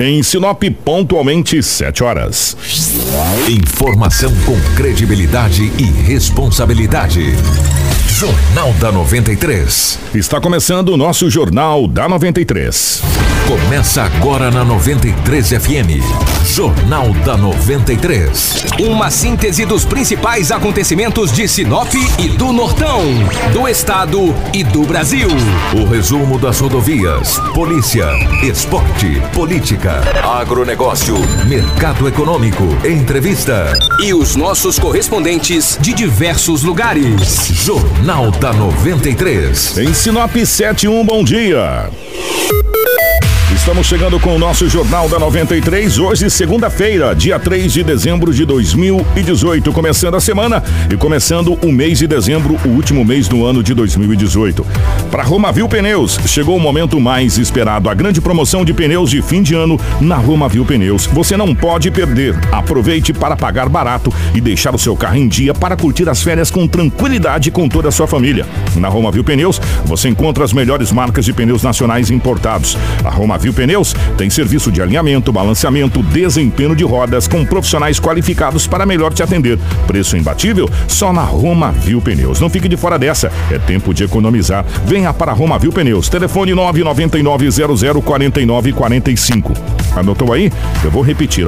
Em Sinop, pontualmente 7 horas. Informação com credibilidade e responsabilidade. Jornal da 93. Está começando o nosso Jornal da 93. Começa agora na 93 FM. Jornal da 93. Uma síntese dos principais acontecimentos de Sinop e do Nortão, do estado e do Brasil. O resumo das rodovias, polícia, esporte, política, agronegócio, mercado econômico, entrevista. E os nossos correspondentes de diversos lugares. Jornal da 93. Em Sinop 71, bom dia. Estamos chegando com o nosso Jornal da 93, hoje segunda-feira, dia 3 de dezembro de 2018, começando a semana e começando o mês de dezembro, o último mês do ano de 2018. Para Romavil Pneus, chegou o momento mais esperado, a grande promoção de pneus de fim de ano na Romavil Pneus. Você não pode perder, aproveite para pagar barato e deixar o seu carro em dia para curtir as férias com tranquilidade com toda a sua família. Na Romavil Pneus, você encontra as melhores marcas de pneus nacionais importados. A Romavil Pneus tem serviço de alinhamento, balanceamento, desempenho de rodas com profissionais qualificados para melhor te atender. Preço imbatível só na Romavil Pneus. Não fique de fora dessa, é tempo de economizar. Venha para Romavil Pneus. Telefone 999-00-4945. Anotou aí? Eu vou repetir,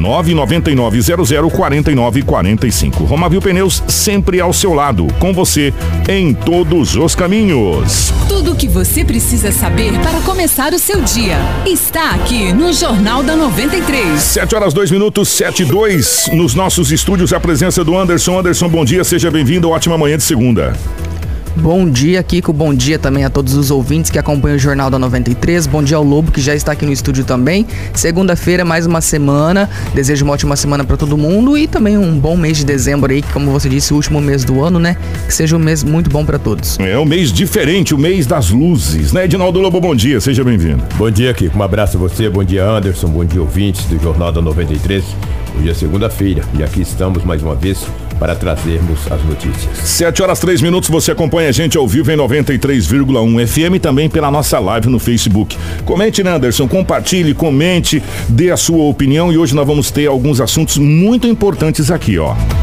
999-00-4945. Romavil Pneus sempre ao seu lado, com você em todos os caminhos. Tudo o que você precisa saber para começar o seu dia está aqui no Jornal da 93. 7 horas 2 minutos, 7:02. Nos nossos estúdios, a presença do Anderson. Anderson, bom dia, seja bem-vindo. Ótima manhã de segunda. Bom dia, Kiko. Bom dia também a todos os ouvintes que acompanham o Jornal da 93. Bom dia ao Lobo, que já está aqui no estúdio também. Segunda-feira, mais uma semana. Desejo uma ótima semana para todo mundo e também um bom mês de dezembro aí, que, como você disse, o último mês do ano, né? Que seja um mês muito bom para todos. É um mês diferente, o mês das luzes, né? Edinaldo Lobo, bom dia, seja bem-vindo. Bom dia, Kiko. Um abraço a você. Bom dia, Anderson. Bom dia, ouvintes do Jornal da 93. Hoje é segunda-feira e aqui estamos mais uma vez para trazermos as notícias. 7 horas 3 minutos, você acompanha a gente ao vivo em 93,1 FM, também pela nossa live no Facebook. Comente, né, Anderson? Compartilhe, comente, dê a sua opinião e hoje nós vamos ter alguns assuntos muito importantes aqui,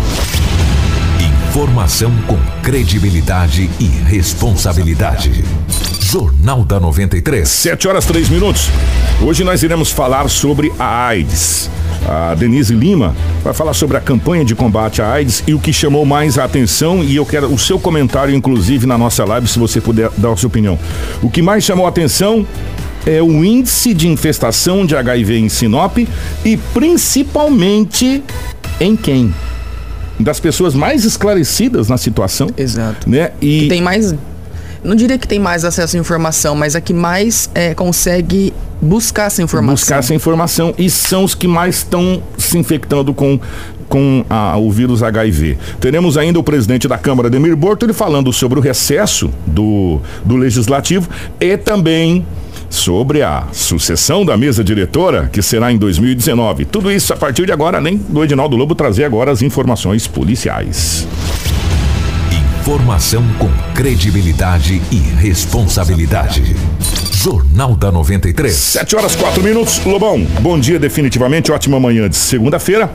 Informação com credibilidade e responsabilidade. Jornal da 93. 7 horas 3 minutos. Hoje nós iremos falar sobre a AIDS. A Denise Lima vai falar sobre a campanha de combate à AIDS e o que chamou mais a atenção, e eu quero o seu comentário, inclusive, na nossa live, se você puder dar a sua opinião. O que mais chamou a atenção é o índice de infestação de HIV em Sinop e principalmente em quem? Das pessoas mais esclarecidas na situação. Exato. Né? E tem mais... Não diria que tem mais acesso à informação, mas a que mais consegue buscar essa informação. E são os que mais estão se infectando com o vírus HIV. Teremos ainda o presidente da Câmara, Ademir Bortoli, falando sobre o recesso do Legislativo e também sobre a sucessão da mesa diretora, que será em 2019. Tudo isso a partir de agora, além do Edinaldo Lobo trazer agora as informações policiais. Informação com credibilidade e responsabilidade. Jornal da 93. 7 horas 4 minutos. Lobão, bom dia definitivamente, ótima manhã de segunda-feira.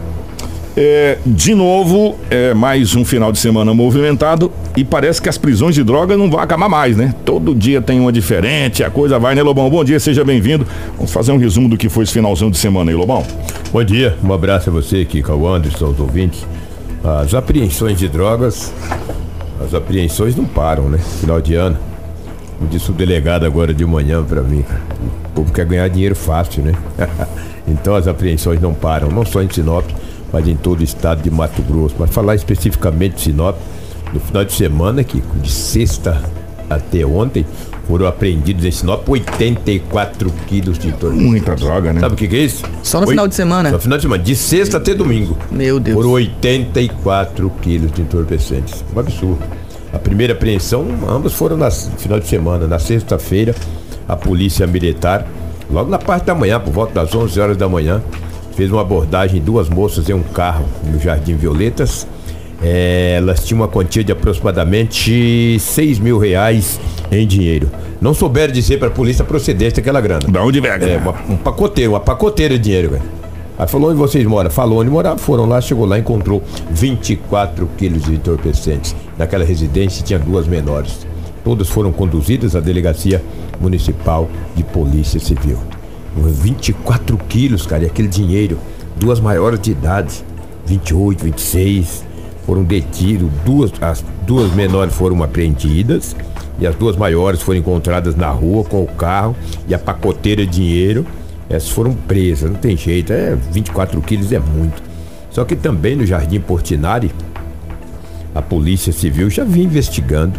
De novo, mais um final de semana movimentado e parece que as prisões de droga não vão acabar mais, né? Todo dia tem uma diferente, a coisa vai, né, Lobão? Bom dia, seja bem-vindo. Vamos fazer um resumo do que foi esse finalzão de semana aí, Lobão. Bom dia, um abraço a você, Kiko, ao Anderson, aos ouvintes. As apreensões de drogas... As apreensões não param, né? Final de ano. Como disse o delegado agora de manhã pra mim, o povo quer ganhar dinheiro fácil, né? Então as apreensões não param, não só em Sinop, mas em todo o estado de Mato Grosso. Mas falar especificamente de Sinop, no final de semana, que de sexta até ontem, foram apreendidos em Sinop 84 quilos de entorpecentes. Muita droga, né? Sabe o que é isso? Só no final de semana? Só no final de semana, de sexta até domingo. Meu Deus. Foram 84 quilos de entorpecentes. Um absurdo. A primeira apreensão, ambas foram no final de semana. Na sexta-feira, a polícia militar, logo na parte da manhã, por volta das 11 horas da manhã, fez uma abordagem em 2 moças em um carro no Jardim Violetas. Elas tinham uma quantia de aproximadamente R$6.000 em dinheiro. Não souberam dizer para a polícia a procedência daquela grana. Da onde vem? Uma pacoteira de dinheiro, velho. Aí falou onde vocês moram. Falou onde moravam, foram lá, chegou lá, encontrou 24 quilos de entorpecentes. Naquela residência tinha 2 menores. Todas foram conduzidas à Delegacia Municipal de Polícia Civil. 24 quilos, cara, e aquele dinheiro. 2 maiores de idade, 28, 26, foram detidos. As 2 menores foram apreendidas e as 2 maiores foram encontradas na rua com o carro e a pacoteira de dinheiro. Essas foram presas, não tem jeito, 24 quilos é muito. Só que também no Jardim Portinari, a Polícia Civil já vinha investigando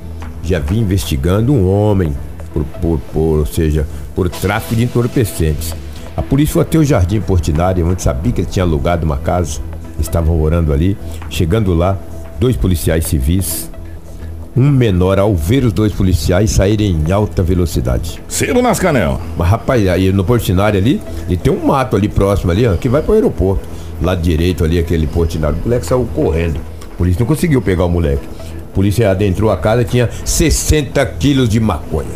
um homem por tráfico de entorpecentes. A polícia foi até o Jardim Portinari, onde sabia que ele tinha alugado uma casa, estavam morando ali. Chegando lá, 2 policiais civis, um menor, ao ver os 2 policiais saírem em alta velocidade. Cedo nas canelas. Mas rapaz, aí no Portinari ali, e tem um mato ali próximo ali, ó, que vai pro aeroporto. Lado direito ali, aquele Portinari, o moleque saiu correndo. A polícia não conseguiu pegar o moleque. A polícia adentrou a casa, tinha 60 quilos de maconha.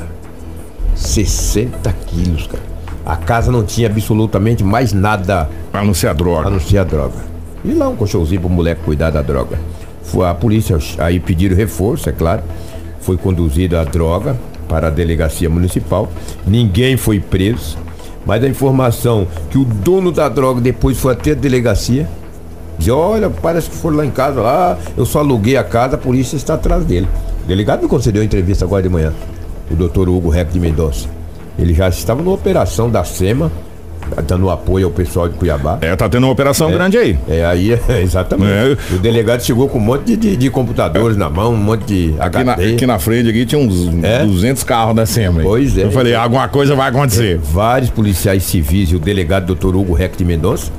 60 quilos, cara. A casa não tinha absolutamente mais nada a não ser a droga. E lá um colchãozinho pro moleque cuidar da droga. A polícia aí pediram reforço, é claro. Foi conduzida a droga para a delegacia municipal. Ninguém foi preso. Mas a informação que o dono da droga depois foi até a delegacia. Diz, olha, parece que foram lá em casa, lá, eu só aluguei a casa, a polícia está atrás dele. O delegado me concedeu a entrevista agora de manhã. O doutor Hugo Reck de Mendonça. Ele já estava numa operação da SEMA, dando apoio ao pessoal de Cuiabá. Tá tendo uma operação grande aí. Exatamente. O delegado chegou com um monte de computadores na mão, um monte de HD. Aqui na frente aqui tinha uns 200 carros da SEMA. Pois é. Eu falei, alguma coisa vai acontecer. Vários policiais civis e o delegado doutor Hugo Reck de Mendonça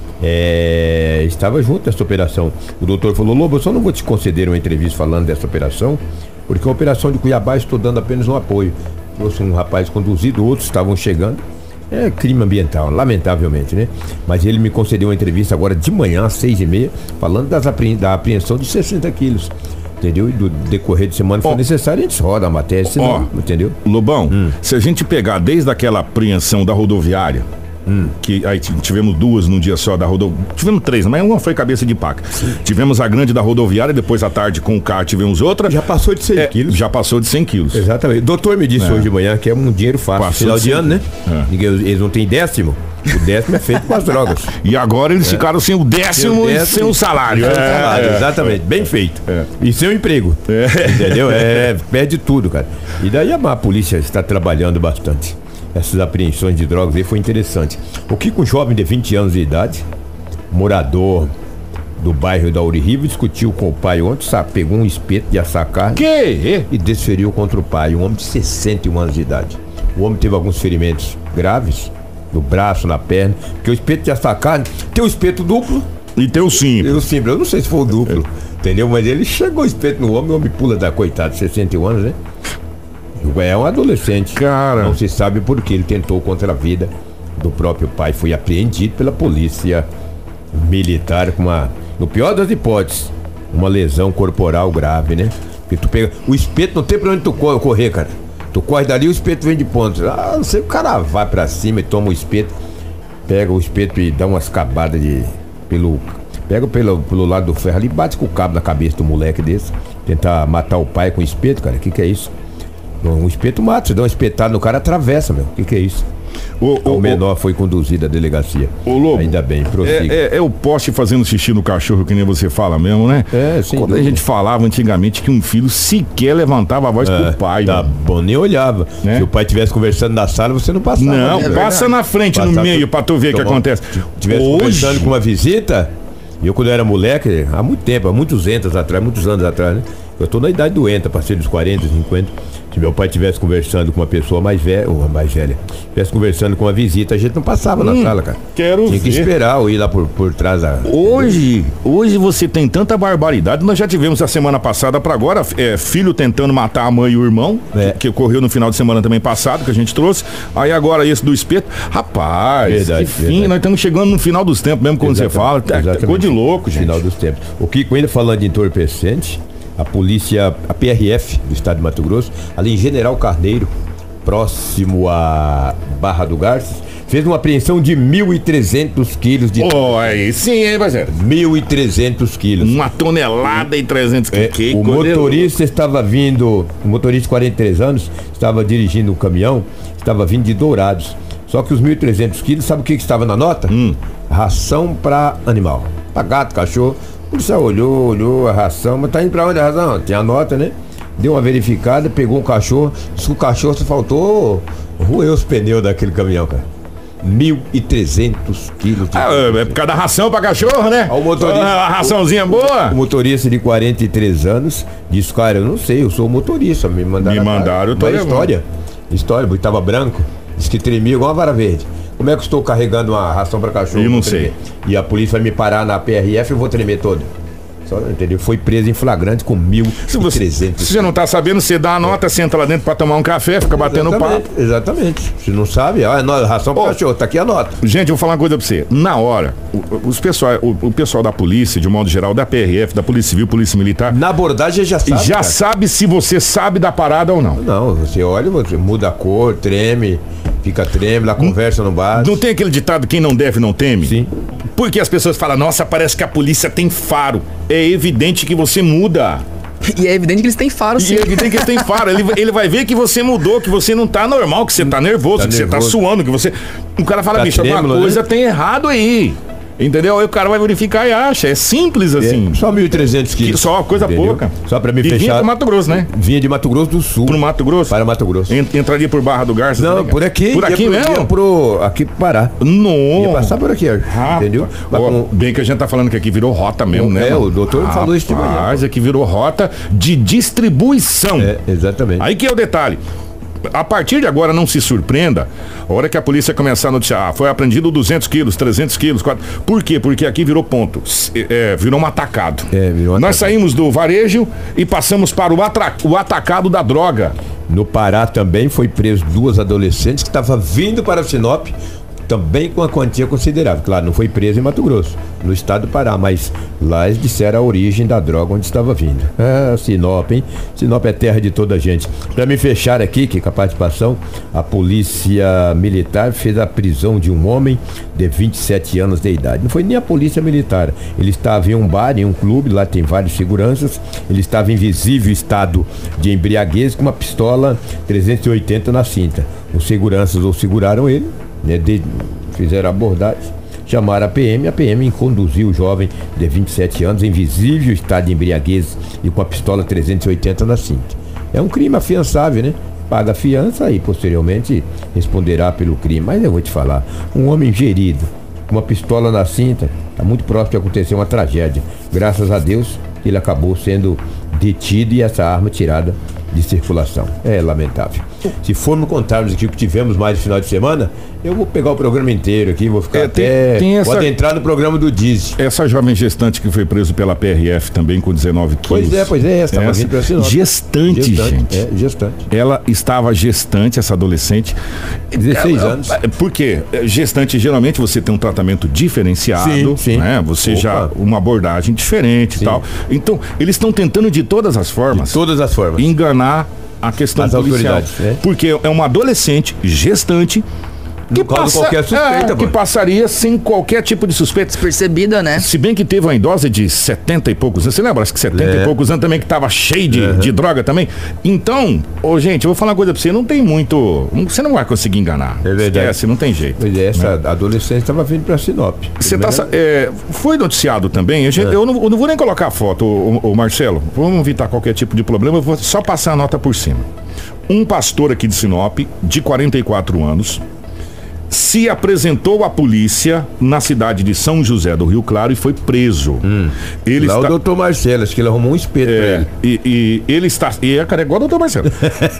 estava junto nessa operação. O doutor falou, Lobo, eu só não vou te conceder uma entrevista falando dessa operação, porque a operação de Cuiabá estou dando apenas um apoio. Trouxe um rapaz conduzido, outros estavam chegando. É crime ambiental, lamentavelmente, né? Mas ele me concedeu uma entrevista agora de manhã, às 6h30, falando da apreensão de 60 quilos. Entendeu? E do decorrer de semana, se for necessário, a gente roda a matéria, senão, entendeu? Lobão, se a gente pegar desde aquela apreensão da rodoviária, que aí tivemos 2 num dia só da rodoviária. Tivemos 3, mas uma foi cabeça de paca. Sim. Tivemos a grande da rodoviária, depois à tarde com o carro tivemos outra. Já passou de 100 quilos. Já passou de 100 quilos. Exatamente. O doutor me disse hoje de manhã que é um dinheiro fácil. Passou final de ano, né? Eles não têm 10º. O 10º é feito com as drogas. E agora eles ficaram sem o 10º e sem o salário. Exatamente, bem feito. E sem o emprego. Entendeu? Perde tudo, cara. E daí a polícia está trabalhando bastante. Essas apreensões de drogas aí foi interessante. O que um jovem de 20 anos de idade, morador do bairro da Uririva, discutiu com o pai ontem, pegou um espeto de assar carne e desferiu contra o pai, um homem de 61 anos de idade. O homem teve alguns ferimentos graves no braço, na perna, porque o espeto de assar carne tem o espeto duplo e tem o simples. Eu não sei se foi o duplo, entendeu? Mas ele chegou o espeto no homem, o homem pula da coitada, 61 anos, né? É um adolescente, cara. Não se sabe por que ele tentou contra a vida do próprio pai. Foi apreendido pela polícia militar com no pior das hipóteses, uma lesão corporal grave, né? Porque tu pega o espeto, não tem pra onde tu correr, cara. Tu corre dali, o espeto vem de ponta. Não sei, o cara vai pra cima e toma o espeto, pega o espeto e dá umas cabadas pega pelo lado do ferro ali, bate com o cabo na cabeça do moleque desse. Tentar matar o pai com o espeto, cara. Que é isso? Um espeto mata, você dá uma espetada no cara, atravessa, meu. O que é isso? O menor foi conduzido à delegacia. Lobo, ainda bem, prossiga. É o poste fazendo xixi no cachorro, que nem você fala mesmo, né? Quando a gente falava antigamente que um filho sequer levantava a voz pro pai. Tá bom, nem olhava. Né? Se o pai estivesse conversando na sala, você não passava. Não, passa na frente, no meio, pra tu ver o que acontece. Se tivesse conversando com uma visita, eu quando era moleque, há muito tempo, há muitos anos atrás, né? Eu tô na idade doenta, passei dos 40, 50. Se meu pai estivesse conversando com uma pessoa mais velha, estivesse conversando com uma visita, a gente não passava na sala, cara. Tinha que esperar ou ir lá por trás. Hoje você tem tanta barbaridade. Nós já tivemos a semana passada pra agora, filho tentando matar a mãe e o irmão, que ocorreu no final de semana também passado, que a gente trouxe. Aí agora esse do espeto. Rapaz, enfim, nós estamos chegando no final dos tempos mesmo, quando você fala. Ficou de louco, gente. Final dos tempos. O Kiko ainda falando de entorpecente, a polícia, a PRF do estado de Mato Grosso, ali em General Carneiro, próximo à Barra do Garças, fez uma apreensão de 1.300 quilos de... Aí sim, hein, parceiro? 1.300 quilos. 1,3 quilos. O motorista estava vindo, o motorista de 43 anos, estava dirigindo um caminhão, estava vindo de Dourados. Só que os 1.300 quilos, sabe o que estava na nota? Ração para animal. Para gato, cachorro. O policial olhou a ração, mas tá indo para onde a ração? Tinha a nota, né? Deu uma verificada, pegou um cachorro. O cachorro só faltou roer os pneus daquele caminhão, cara. 1.300 quilos de é por causa da ração pra cachorro, né? O motorista, a raçãozinha boa. O motorista de 43 anos disse, cara, eu não sei, eu sou motorista. Me mandaram, eu tô levando. História, porque tava branco. Disse que tremia igual uma vara verde. Como é que eu estou carregando uma ração para cachorro? Eu não sei. E a polícia vai me parar na PRF, eu vou tremer todo. Só, entendeu? Foi preso em flagrante com 1.300. Se você não tá sabendo, você dá a nota, senta lá dentro para tomar um café, fica batendo papo. Exatamente. Se não sabe, ração para cachorro, tá aqui a nota. Gente, eu vou falar uma coisa para você. Na hora, o pessoal da polícia, de modo geral, da PRF, da Polícia Civil, Polícia Militar... Na abordagem já sabe. Já sabe se você sabe da parada ou não. Não, você olha, você muda a cor, treme, fica trêmula, a conversa não bate. Não tem aquele ditado, quem não deve não teme? Sim. Porque as pessoas falam, nossa, parece que a polícia tem faro. É evidente que você muda. E é evidente que eles têm faro, sim. E é evidente que eles têm faro. Ele vai ver que você mudou, que você não tá normal, que você tá nervoso, que você tá suando, que você... O cara fala, bicho, alguma coisa tem errado aí. Entendeu? Aí o cara vai verificar e acha. É simples assim. Só 1.300 quilos. Só coisa pouca. Só pra me fechar. Vinha pro Mato Grosso, né? Vinha de Mato Grosso do Sul. Pro Mato Grosso? Para Mato Grosso. Entraria por Barra do Garças? Não, por aqui. Por aqui mesmo? Aqui pro Pará. Não. Ia passar por aqui, entendeu? Bem que a gente tá falando que aqui virou rota mesmo, né? O doutor falou isso de manhã. Mas aqui virou rota de distribuição. Exatamente. Aí que é o detalhe. A partir de agora, não se surpreenda, a hora que a polícia começar a noticiar, foi apreendido 200 quilos, 300 quilos, 4... Por quê? Porque aqui virou ponto, virou um atacado. Nós saímos do varejo e passamos para o atacado da droga. No Pará também foi preso 2 adolescentes que estavam vindo para Sinop, também com uma quantia considerável. Claro, não foi preso em Mato Grosso, no estado do Pará, mas lá eles disseram a origem da droga onde estava vindo. Sinop, hein? Sinop é terra de toda a gente. Para me fechar aqui, que com a participação, a polícia militar fez a prisão de um homem de 27 anos de idade. Não foi nem a polícia militar. Ele estava em um bar, em um clube, lá tem vários seguranças. Ele estava em visível estado de embriaguez com uma pistola 380 na cinta. Os seguranças o seguraram ele, né, fizeram abordagem, chamaram a PM conduziu o jovem de 27 anos em visível estado de embriaguez e com a pistola 380 na cinta. É um crime afiançável, né? Paga a fiança e posteriormente responderá pelo crime. Mas eu vou te falar, um homem gerido com uma pistola na cinta, está muito próximo de acontecer uma tragédia. Graças a Deus ele acabou sendo detido e essa arma tirada de circulação. É lamentável. Se formos contarmos aqui o que tivemos mais no final de semana, eu vou pegar o programa inteiro aqui, vou ficar vou adentrar no programa do Diz. Essa jovem gestante que foi preso pela PRF também com 19 quilos. Pois é, estava vindo pra Sinop. Gestante, gente. Gestante. Ela estava gestante, essa adolescente. 16 anos. Por quê? Gestante, geralmente você tem um tratamento diferenciado, sim. Né? Você já, uma abordagem diferente e tal. Então, eles estão tentando de todas as formas. Enganar a questão policial. Porque é uma adolescente gestante que passaria sem qualquer tipo de suspeita. Despercebida, né? Se bem que teve uma idosa de 70 e poucos anos. Você lembra? Acho que 70 e poucos anos também, que tava cheio de droga também. Então, gente, eu vou falar uma coisa pra você. Não tem muito... Você não vai conseguir enganar. É verdade. Esquece, não tem jeito. Pois é, essa adolescente estava vindo pra Sinop. Foi noticiado também. Eu não vou nem colocar a foto, o Marcelo. Vamos evitar qualquer tipo de problema. Eu vou só passar a nota por cima. Um pastor aqui de Sinop, de 44 anos... se apresentou à polícia na cidade de São José do Rio Claro e foi preso. Lá o doutor Marcelo, acho que ele arrumou um espeto pra ele. E ele está... cara, é igual o doutor Marcelo.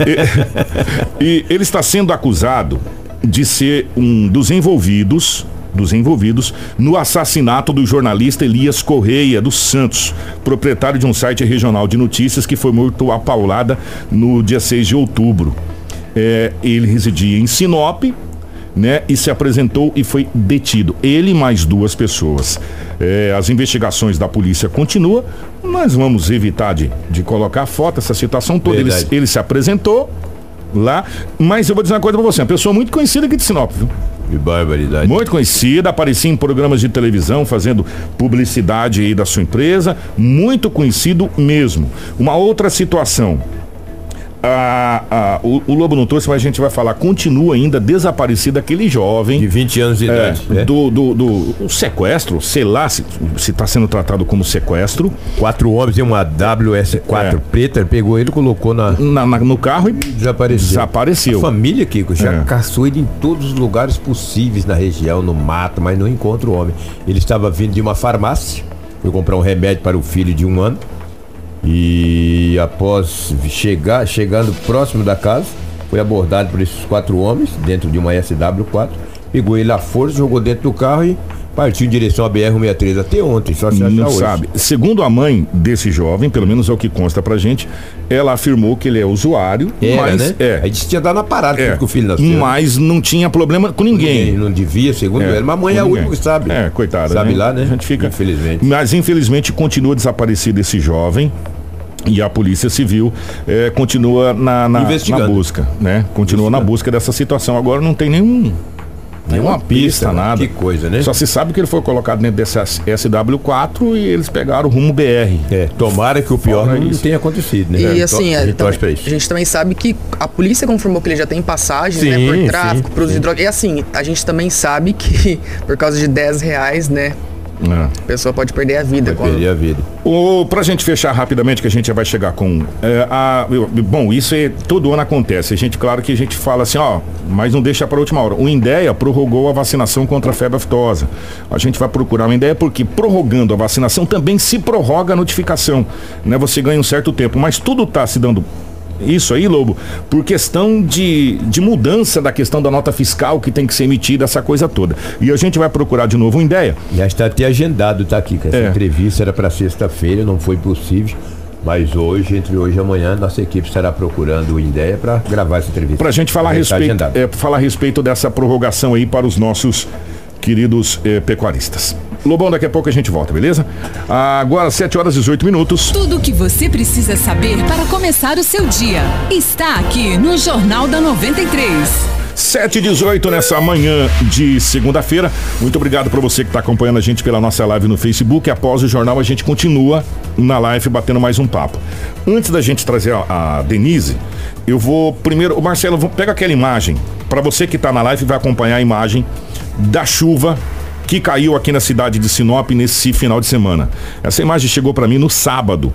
e ele está sendo acusado de ser um dos envolvidos no assassinato do jornalista Elias Correia dos Santos, proprietário de um site regional de notícias que foi morto a paulada no dia 6 de outubro. Ele residia em Sinop, né? E se apresentou e foi detido. Ele e mais 2 pessoas. As investigações da polícia continuam. Nós vamos evitar de colocar foto, essa situação toda. Ele se apresentou lá, mas eu vou dizer uma coisa pra você, uma pessoa muito conhecida aqui de Sinop, viu? Que barbaridade. Muito conhecida, aparecia em programas de televisão fazendo publicidade aí da sua empresa, muito conhecido mesmo. Uma outra situação, o Lobo não trouxe, mas a gente vai falar, continua ainda desaparecido aquele jovem de 20 anos de idade, do sequestro, sei lá se está sendo tratado como sequestro. 4 homens e uma WS4 preta, pegou ele, colocou no carro e desapareceu. A família, Kiko, já caçou ele em todos os lugares possíveis na região, no mato, mas não encontra o homem. Ele estava vindo de uma farmácia, foi comprar um remédio para o filho de 1 ano. E após chegando próximo da casa, foi abordado por esses 4 homens dentro de uma SW4, pegou ele à força, jogou dentro do carro e partiu em direção à BR-163 até ontem, só se não sabe. Segundo a mãe desse jovem, pelo menos é o que consta pra gente, ela afirmou que ele é usuário, mas aí disse que tinha dado na parada que o filho nasceu. Mas não tinha problema com ninguém. Não devia, segundo ela, mas a mãe é a única que sabe. Coitada. Sabe, né? Lá, né? A gente fica, infelizmente. Mas infelizmente continua desaparecido esse jovem. E a Polícia Civil continua na busca, né? Continua na busca dessa situação. Agora não tem nenhuma pista, nada. Que coisa, né? Só se sabe que ele foi colocado dentro dessa SW4 e eles pegaram o rumo BR. Tomara que o pior não tenha acontecido, né? E assim, a gente também sabe que a polícia confirmou que ele já tem passagens, né? Por tráfico, por uso de droga. E assim, a gente também sabe que por causa de R$10, né? A pessoa pode perder a vida. Perder a vida. Pra gente fechar rapidamente, que a gente já vai chegar com... bom, isso todo ano acontece. Claro que a gente fala assim, mas não deixa para a última hora. O INDEA prorrogou a vacinação contra a febre aftosa. A gente vai procurar o INDEA porque prorrogando a vacinação também se prorroga a notificação, né? Você ganha um certo tempo, mas tudo está se dando... Isso aí, Lobo, por questão de mudança da questão da nota fiscal que tem que ser emitida, essa coisa toda. E a gente vai procurar de novo o INDEA. Já está até agendado, tá aqui, que essa entrevista era para sexta-feira, não foi possível. Mas hoje, entre hoje e amanhã, nossa equipe estará procurando o INDEA para gravar essa entrevista. Para a gente falar a respeito dessa prorrogação aí para os nossos queridos pecuaristas. Lobão, daqui a pouco a gente volta, beleza? Agora 7h18. Tudo o que você precisa saber para começar o seu dia está aqui no Jornal da 93. 7h18 nessa manhã de segunda-feira. Muito obrigado para você que está acompanhando a gente pela nossa live no Facebook. Após o jornal a gente continua na live batendo mais um papo. Antes da gente trazer a Denise, eu vou primeiro... Marcelo, pega aquela imagem. Para você que está na live, vai acompanhar a imagem da chuva que caiu aqui na cidade de Sinop nesse final de semana. Essa imagem chegou para mim no sábado.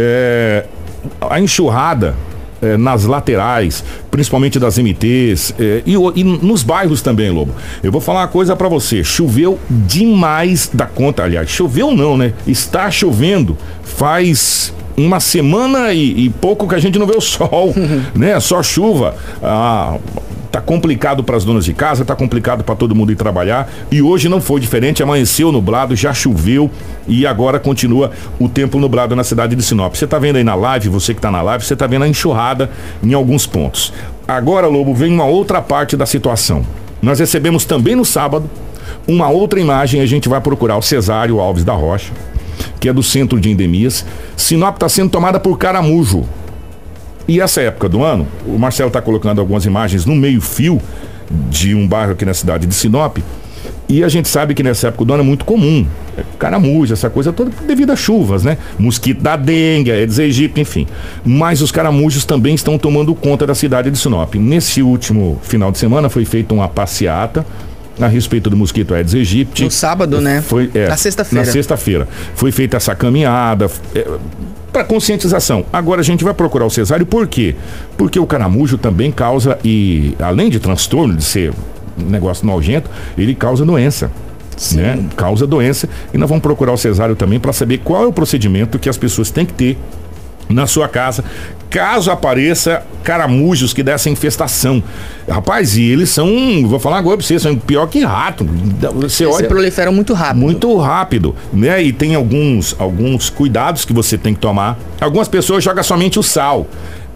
A enxurrada nas laterais, principalmente das MTs, e nos bairros também, Lobo. Eu vou falar uma coisa para você, choveu demais da conta, aliás, choveu não, né? Está chovendo faz uma semana e pouco que a gente não vê o sol, né? Só chuva. Tá complicado para as donas de casa, tá complicado para todo mundo ir trabalhar, e hoje não foi diferente, amanheceu nublado, já choveu e agora continua o tempo nublado na cidade de Sinop. Você tá vendo aí na live, você que tá na live, você tá vendo a enxurrada em alguns pontos. Agora, Lobo, vem uma outra parte da situação. Nós recebemos também no sábado uma outra imagem, a gente vai procurar o Cesário Alves da Rocha, que é do Centro de Endemias. Sinop está sendo tomada por caramujo. E essa época do ano, o Marcelo está colocando algumas imagens no meio-fio de um bairro aqui na cidade de Sinop, e a gente sabe que nessa época do ano é muito comum caramujo, essa coisa toda devido às chuvas, né? Mosquito da dengue, Aedes aegypti, enfim. Mas os caramujos também estão tomando conta da cidade de Sinop. Nesse último final de semana foi feita uma passeata a respeito do mosquito Aedes aegypti. No sábado, né? Na sexta-feira. Na sexta-feira. Foi feita essa caminhada para conscientização. Agora a gente vai procurar o Cesário, por quê? Porque o caramujo também causa, e além de transtorno, de ser um negócio nojento, ele causa doença. Né? Causa doença, e nós vamos procurar o Cesário também para saber qual é o procedimento que as pessoas têm que ter na sua casa, caso apareça caramujos que dessa infestação. Rapaz, e eles são, vou falar agora pra vocês, são pior que rato. Você olha, proliferam muito rápido. Muito rápido, né? E tem alguns cuidados que você tem que tomar. Algumas pessoas jogam somente o sal.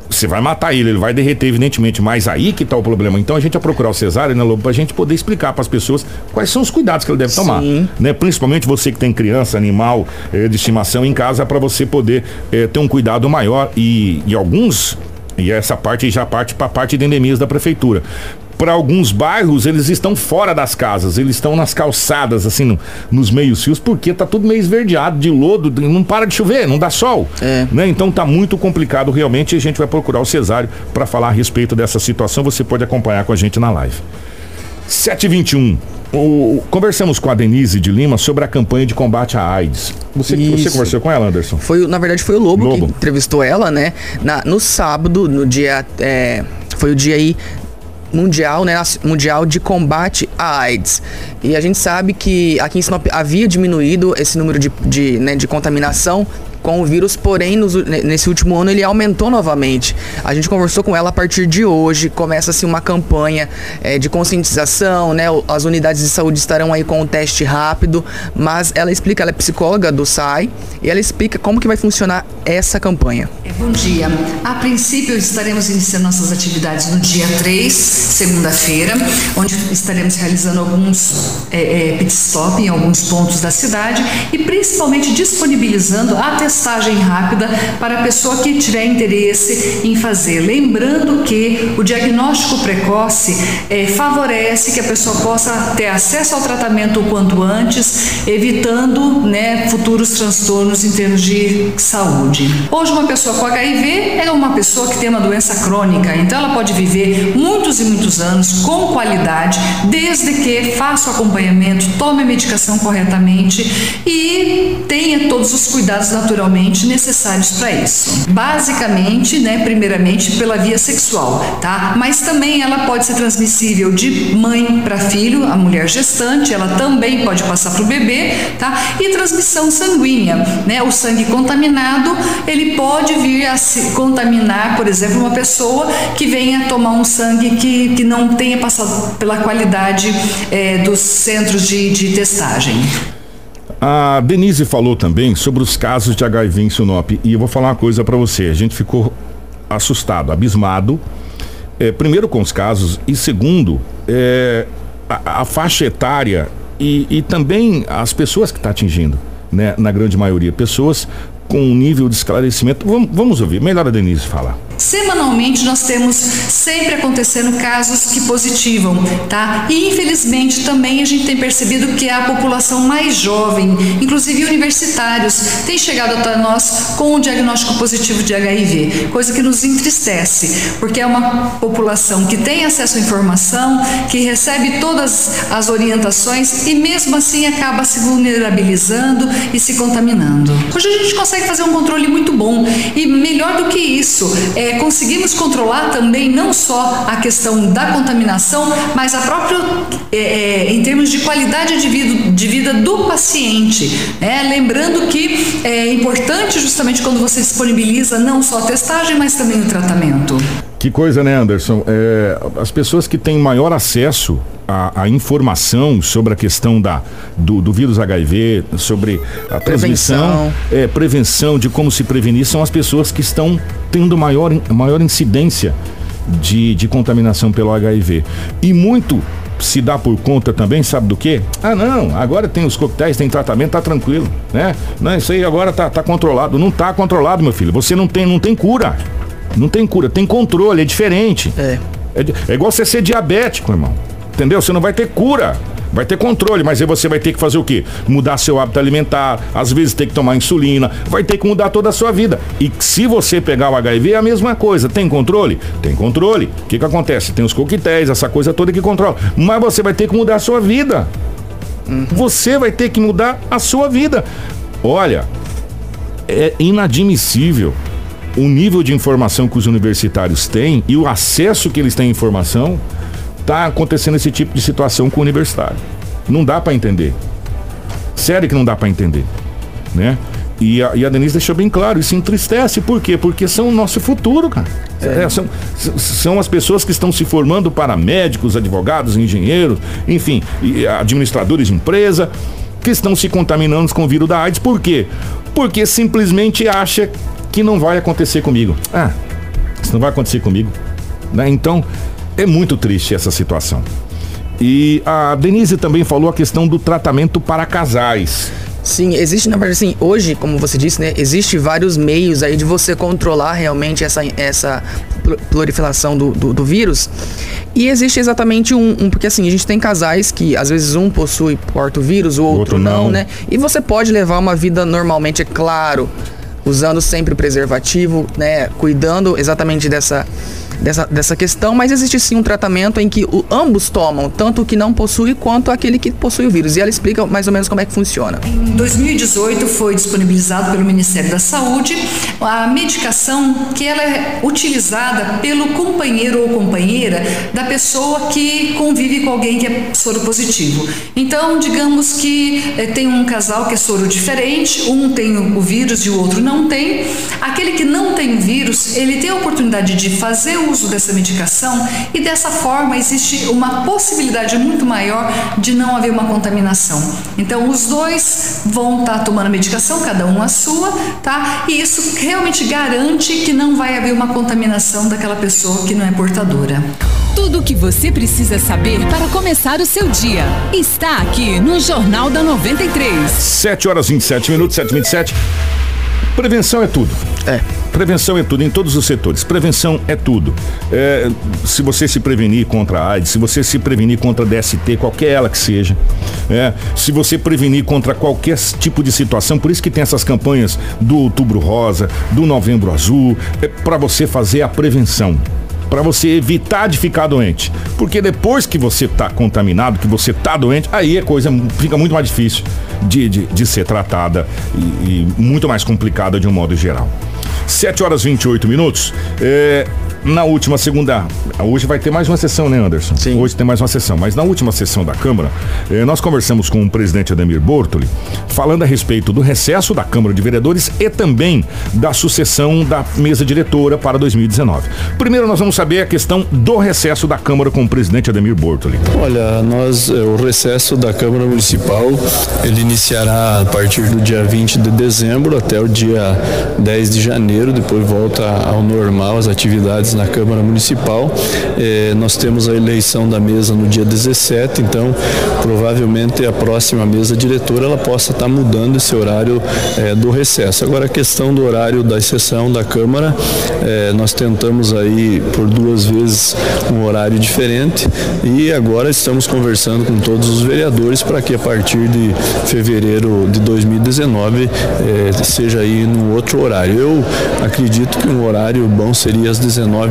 você vai matar ele vai derreter, evidentemente, mas aí que tá o problema. Então a gente vai procurar o cesárea, né, Lobo, pra gente poder explicar para as pessoas quais são os cuidados que ele deve tomar, né? Principalmente você que tem criança, animal de estimação em casa, para você poder ter um cuidado maior e alguns, e essa parte já parte para a parte de endemias da prefeitura. Para alguns bairros, eles estão fora das casas, eles estão nas calçadas, assim, nos meios-fios, porque tá tudo meio esverdeado, de lodo, não para de chover, não dá sol, né? Então tá muito complicado realmente, e a gente vai procurar o cesário para falar a respeito dessa situação. Você pode acompanhar com a gente na live. 7h21. Conversamos com a Denise de Lima sobre a campanha de combate à AIDS. Você conversou com ela, Anderson? Na verdade foi o Lobo que entrevistou ela, né? No sábado, no dia... foi o dia aí mundial, né, mundial de combate à AIDS. E a gente sabe que aqui em Sinop havia diminuído esse número de contaminação com o vírus, porém nesse último ano ele aumentou novamente. A gente conversou com ela. A partir de hoje começa-se uma campanha de conscientização, né? As unidades de saúde estarão aí com o teste rápido, mas ela explica, ela é psicóloga do SAI, e ela explica como que vai funcionar essa campanha. Bom dia. A princípio estaremos iniciando nossas atividades no dia 3, segunda-feira, onde estaremos realizando alguns pit stop em alguns pontos da cidade e principalmente disponibilizando a testagem rápida para a pessoa que tiver interesse em fazer. Lembrando que o diagnóstico precoce favorece que a pessoa possa ter acesso ao tratamento o quanto antes, evitando, né, futuros transtornos em termos de saúde. Hoje uma pessoa com HIV é uma pessoa que tem uma doença crônica, então ela pode viver muitos e muitos anos com qualidade, desde que faça o acompanhamento, tome a medicação corretamente e tenha todos os cuidados naturalmente necessários para isso. Basicamente, né, primeiramente pela via sexual, tá? Mas também ela pode ser transmissível de mãe para filho, a mulher gestante, ela também pode passar para o bebê, tá? E transmissão sanguínea, né? O sangue contaminado, ele pode vir a se contaminar, por exemplo, uma pessoa que venha tomar um sangue que não tenha passado pela qualidade dos centros de testagem. A Denise falou também sobre os casos de HIV em Sinop, e eu vou falar uma coisa para você. A gente ficou assustado, abismado, primeiro com os casos, e segundo, a faixa etária e também as pessoas que está atingindo, né? Na grande maioria, pessoas com um nível de esclarecimento. Vamos ouvir, melhor a Denise falar. Semanalmente nós temos sempre acontecendo casos que positivam, tá? E infelizmente também a gente tem percebido que a população mais jovem, inclusive universitários, tem chegado até nós com o diagnóstico positivo de HIV, coisa que nos entristece, porque é uma população que tem acesso à informação, que recebe todas as orientações e mesmo assim acaba se vulnerabilizando e se contaminando. Hoje a gente consegue fazer um controle muito bom e melhor do que isso, conseguimos controlar também não só a questão da contaminação, mas a própria, em termos de qualidade de vida do paciente. Lembrando que é importante justamente quando você disponibiliza não só a testagem, mas também o tratamento. Que coisa, né, Anderson? As pessoas que têm maior acesso à informação sobre a questão do vírus HIV, sobre a transmissão, prevenção, de como se prevenir, são as pessoas que estão tendo maior incidência de contaminação pelo HIV. E muito se dá por conta também, sabe do quê? Não, agora tem os coquetéis, tem tratamento, tá tranquilo, né? Não, isso aí agora tá controlado. Não tá controlado, meu filho. Você não tem cura. Não tem cura, tem controle, é diferente. É igual você ser diabético, irmão. Entendeu? Você não vai ter cura, vai ter controle, mas aí você vai ter que fazer o quê? Mudar seu hábito alimentar, às vezes ter que tomar insulina, vai ter que mudar toda a sua vida. E se você pegar o HIV é a mesma coisa. Tem controle? Tem controle. O que acontece? Tem os coquetéis, essa coisa toda que controla. Mas você vai ter que mudar a sua vida. Você vai ter que mudar a sua vida. Olha, é inadmissível o nível de informação que os universitários têm e o acesso que eles têm à informação. Tá acontecendo esse tipo de situação com o universitário. Não dá para entender. Sério que não dá para entender, né? E a Denise deixou bem claro, isso entristece. Por quê? Porque são o nosso futuro, cara. São as pessoas que estão se formando para médicos, advogados, engenheiros, enfim, administradores de empresa, que estão se contaminando com o vírus da AIDS. Por quê? Porque simplesmente acha que não vai acontecer comigo. Isso não vai acontecer comigo, né? Então, é muito triste essa situação. E a Denise também falou a questão do tratamento para casais. Sim, existe, na verdade, assim, hoje, como você disse, né, existe vários meios aí de você controlar realmente essa proliferação do vírus. E existe exatamente porque assim, a gente tem casais que às vezes um porta o vírus, o outro não, né? E você pode levar uma vida normalmente, é claro, usando sempre preservativo, né, cuidando exatamente dessa questão, mas existe sim um tratamento em que ambos tomam, tanto o que não possui quanto aquele que possui o vírus. E ela explica mais ou menos como é que funciona. Em 2018 foi disponibilizado pelo Ministério da Saúde a medicação que ela é utilizada pelo companheiro ou companheira da pessoa que convive com alguém que é soro positivo. Então, digamos que tem um casal que é soro diferente, um tem o vírus e o outro não tem. Aquele que não tem o vírus, ele tem a oportunidade de fazer o uso dessa medicação e dessa forma existe uma possibilidade muito maior de não haver uma contaminação. Então os dois vão estar tomando a medicação, cada um a sua, tá? E isso realmente garante que não vai haver uma contaminação daquela pessoa que não é portadora. Tudo o que você precisa saber para começar o seu dia está aqui no Jornal da 93. 7h27, 7h27. Prevenção é tudo. Prevenção é tudo, em todos os setores. Prevenção é tudo. Se você se prevenir contra a AIDS, se você se prevenir contra a DST, qualquer ela que seja, se você prevenir contra qualquer tipo de situação, por isso que tem essas campanhas do Outubro Rosa, do Novembro Azul, para você fazer a prevenção, para você evitar de ficar doente. Porque depois que você está contaminado, que você está doente, aí a coisa fica muito mais difícil de ser tratada e muito mais complicada de um modo geral. 7h28. Na última segunda, hoje vai ter mais uma sessão, né, Anderson? Sim. Hoje tem mais uma sessão, mas na última sessão da Câmara, nós conversamos com o presidente Ademir Bortoli, falando a respeito do recesso da Câmara de Vereadores e também da sucessão da mesa diretora para 2019. Primeiro nós vamos saber a questão do recesso da Câmara com o presidente Ademir Bortoli. Olha, o recesso da Câmara Municipal, ele iniciará a partir do dia 20 de dezembro até o dia 10 de janeiro, depois volta ao normal as atividades na Câmara Municipal. Nós temos a eleição da mesa no dia 17, então provavelmente a próxima mesa diretora ela possa estar mudando esse horário do recesso. Agora a questão do horário da sessão da Câmara, nós tentamos aí por 2 vezes um horário diferente e agora estamos conversando com todos os vereadores para que a partir de fevereiro de 2019 seja aí num outro horário. Eu acredito que um horário bom seria às 19h30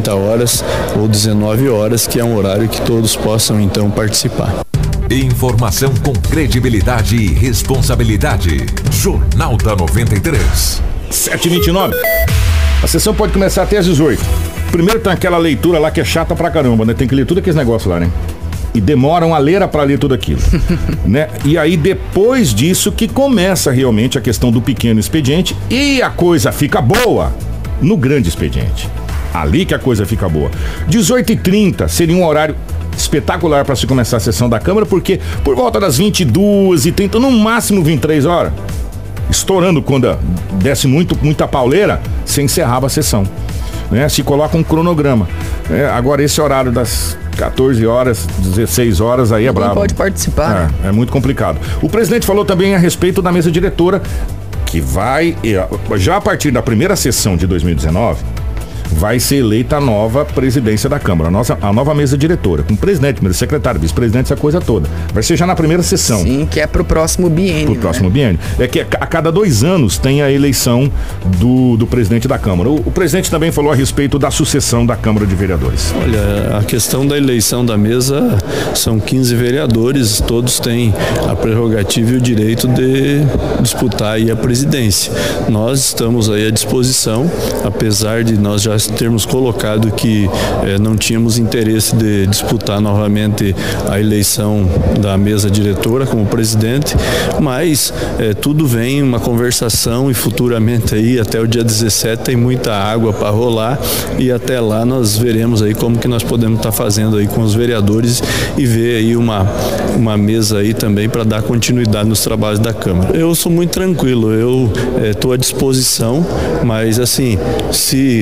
ou 19 horas, que é um horário que todos possam então participar. Informação com credibilidade e responsabilidade. Jornal da 93. 7h29. A sessão pode começar até às 18h. Primeiro tem aquela leitura lá que é chata pra caramba, né? Tem que ler tudo aqueles negócios lá, né? E demoram a ler pra ler tudo aquilo, né? E aí depois disso que começa realmente a questão do pequeno expediente e a coisa fica boa no grande expediente. Ali que a coisa fica boa. 18h30 seria um horário espetacular para se começar a sessão da Câmara, porque por volta das 22h30, no máximo 23 horas, estourando quando desce muita pauleira, se encerrava a sessão, né? Se coloca um cronograma. Agora esse horário das 14 horas, 16 horas, aí é brabo. Ninguém pode participar, né? É muito complicado. O presidente falou também a respeito da mesa diretora, que vai, já a partir da primeira sessão de 2019, vai ser eleita a nova presidência da Câmara, a nova mesa diretora, com presidente, secretário, vice-presidente, essa coisa toda. Vai ser já na primeira sessão. Sim, que é pro próximo biênio. Pro próximo biênio. É que a cada 2 anos tem a eleição do presidente da Câmara. O presidente também falou a respeito da sucessão da Câmara de Vereadores. Olha, a questão da eleição da mesa, são 15 vereadores, todos têm a prerrogativa e o direito de disputar aí a presidência. Nós estamos aí à disposição, apesar de nós já termos colocado que não tínhamos interesse de disputar novamente a eleição da mesa diretora como presidente, mas tudo vem uma conversação e futuramente aí até o dia 17 tem muita água para rolar e até lá nós veremos aí como que nós podemos estar fazendo aí com os vereadores e ver aí uma mesa aí também para dar continuidade nos trabalhos da Câmara. Eu sou muito tranquilo, eu estou à disposição, mas assim, se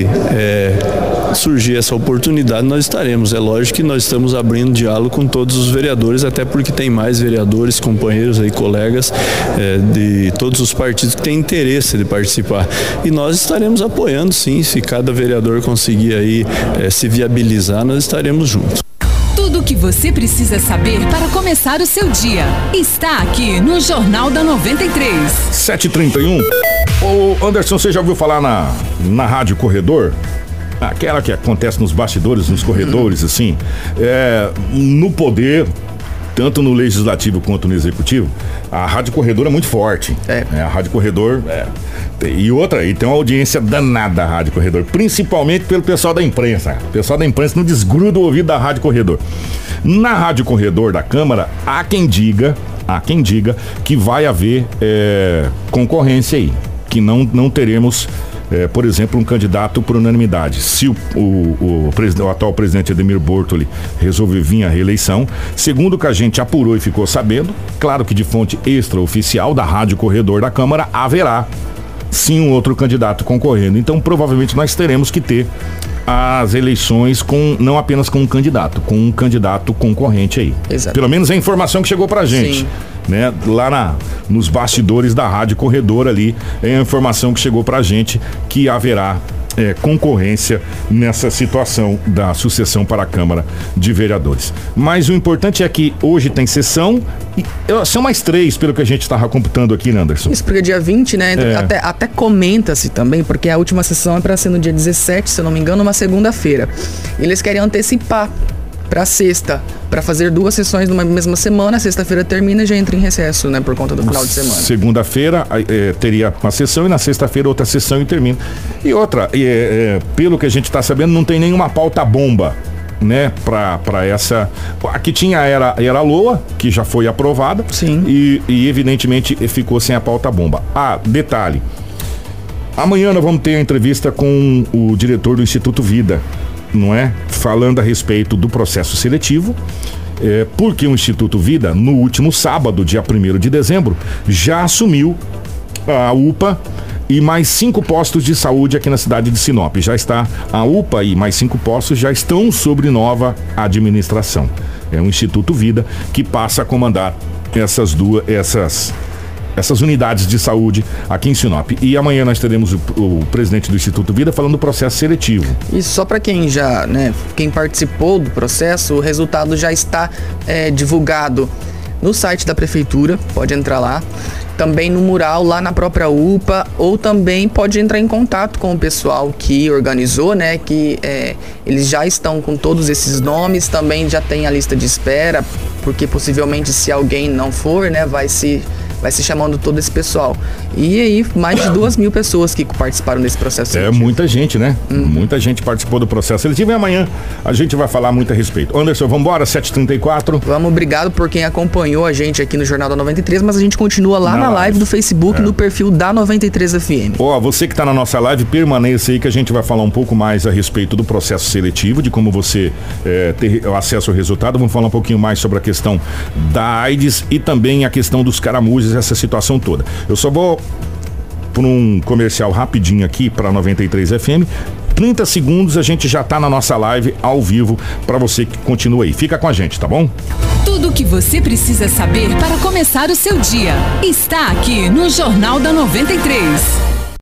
surgir essa oportunidade, nós estaremos. É lógico que nós estamos abrindo diálogo com todos os vereadores, até porque tem mais vereadores, companheiros aí, colegas de todos os partidos que têm interesse de participar. E nós estaremos apoiando, sim, se cada vereador conseguir aí se viabilizar, nós estaremos juntos. Tudo o que você precisa saber para começar o seu dia está aqui no Jornal da 93. 7h31. Ô Anderson, você já ouviu falar na Rádio Corredor? Aquela que acontece nos bastidores, nos corredores, assim, no poder, tanto no legislativo quanto no executivo, a Rádio Corredor é muito forte. A Rádio Corredor e tem uma audiência danada, a Rádio Corredor, principalmente pelo pessoal da imprensa. O pessoal da imprensa não desgruda o ouvido da Rádio Corredor. Na Rádio Corredor da Câmara, há quem diga que vai haver concorrência aí, que não teremos, por exemplo, um candidato por unanimidade. Se o atual presidente Ademir Bortoli resolver vir à reeleição, segundo o que a gente apurou e ficou sabendo, claro que de fonte extraoficial da Rádio Corredor da Câmara, haverá sim um outro candidato concorrendo. Então provavelmente nós teremos que ter as eleições não apenas com um candidato concorrente aí. Exato. Pelo menos é a informação que chegou pra gente. Sim. Né? Lá nos bastidores da Rádio Corredor ali, é a informação que chegou pra gente que haverá concorrência nessa situação da sucessão para a Câmara de Vereadores. Mas o importante é que hoje tem sessão e são mais 3, pelo que a gente estava computando aqui, né, Anderson? Isso, porque dia 20, né? Até comenta-se também, porque a última sessão é para ser no dia 17, se eu não me engano, uma segunda-feira. Eles querem antecipar para sexta, para fazer 2 sessões numa mesma semana. Sexta-feira termina e já entra em recesso, né, por conta do final de semana. Segunda-feira teria uma sessão e na sexta-feira outra sessão e termina. E outra, pelo que a gente está sabendo, não tem nenhuma pauta bomba, né, para essa. A que tinha era a LOA, que já foi aprovada. Sim. E evidentemente ficou sem a pauta bomba. Detalhe, amanhã nós vamos ter a entrevista com o diretor do Instituto Vida, não é? Falando a respeito do processo seletivo, porque o Instituto Vida, no último sábado, dia 1º de dezembro, já assumiu a UPA e mais 5 postos de saúde aqui na cidade de Sinop. Já está a UPA e mais 5 postos já estão sob nova administração. É o Instituto Vida que passa a comandar essas unidades de saúde aqui em Sinop. E amanhã nós teremos o presidente do Instituto Vida falando do processo seletivo. E só para quem quem participou do processo, o resultado já está divulgado no site da prefeitura, pode entrar lá. Também no mural lá na própria UPA, ou também pode entrar em contato com o pessoal que organizou, né? Que eles já estão com todos esses nomes, também já tem a lista de espera, porque possivelmente se alguém não for, né, vai se chamando todo esse pessoal. E aí, mais de 2.000 pessoas que participaram desse processo seletivo. Muita gente, né? Muita gente participou do processo seletivo e amanhã a gente vai falar muito a respeito. Anderson, vamos embora, 7h34. Vamos, obrigado por quem acompanhou a gente aqui no Jornal da 93, mas a gente continua lá na live do Facebook, no perfil da 93 FM. Você que está na nossa live, permaneça aí que a gente vai falar um pouco mais a respeito do processo seletivo, de como você ter acesso ao resultado. Vamos falar um pouquinho mais sobre a questão da AIDS e também a questão dos caramujos, essa situação toda. Eu só vou por um comercial rapidinho aqui para 93 FM. 30 segundos, a gente já tá na nossa live ao vivo para você que continua aí. Fica com a gente, tá bom? Tudo o que você precisa saber para começar o seu dia está aqui no Jornal da 93.